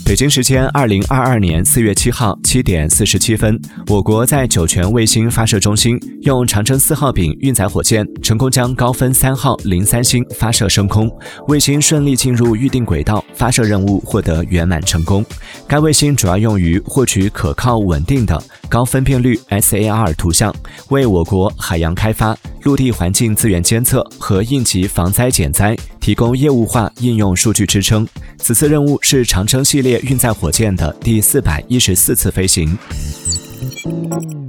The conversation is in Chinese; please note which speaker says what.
Speaker 1: 北京时间2022年4月7号7点47分，我国在酒泉卫星发射中心用长征4号丙运载火箭成功将高分3号03星发射升空，卫星顺利进入预定轨道，发射任务获得圆满成功。该卫星主要用于获取可靠稳定的高分辨率 SAR 图像，为我国海洋开发、陆地环境资源监测和应急防灾减灾提供业务化应用数据支撑。此次任务是长征系列运载火箭的第414次飞行。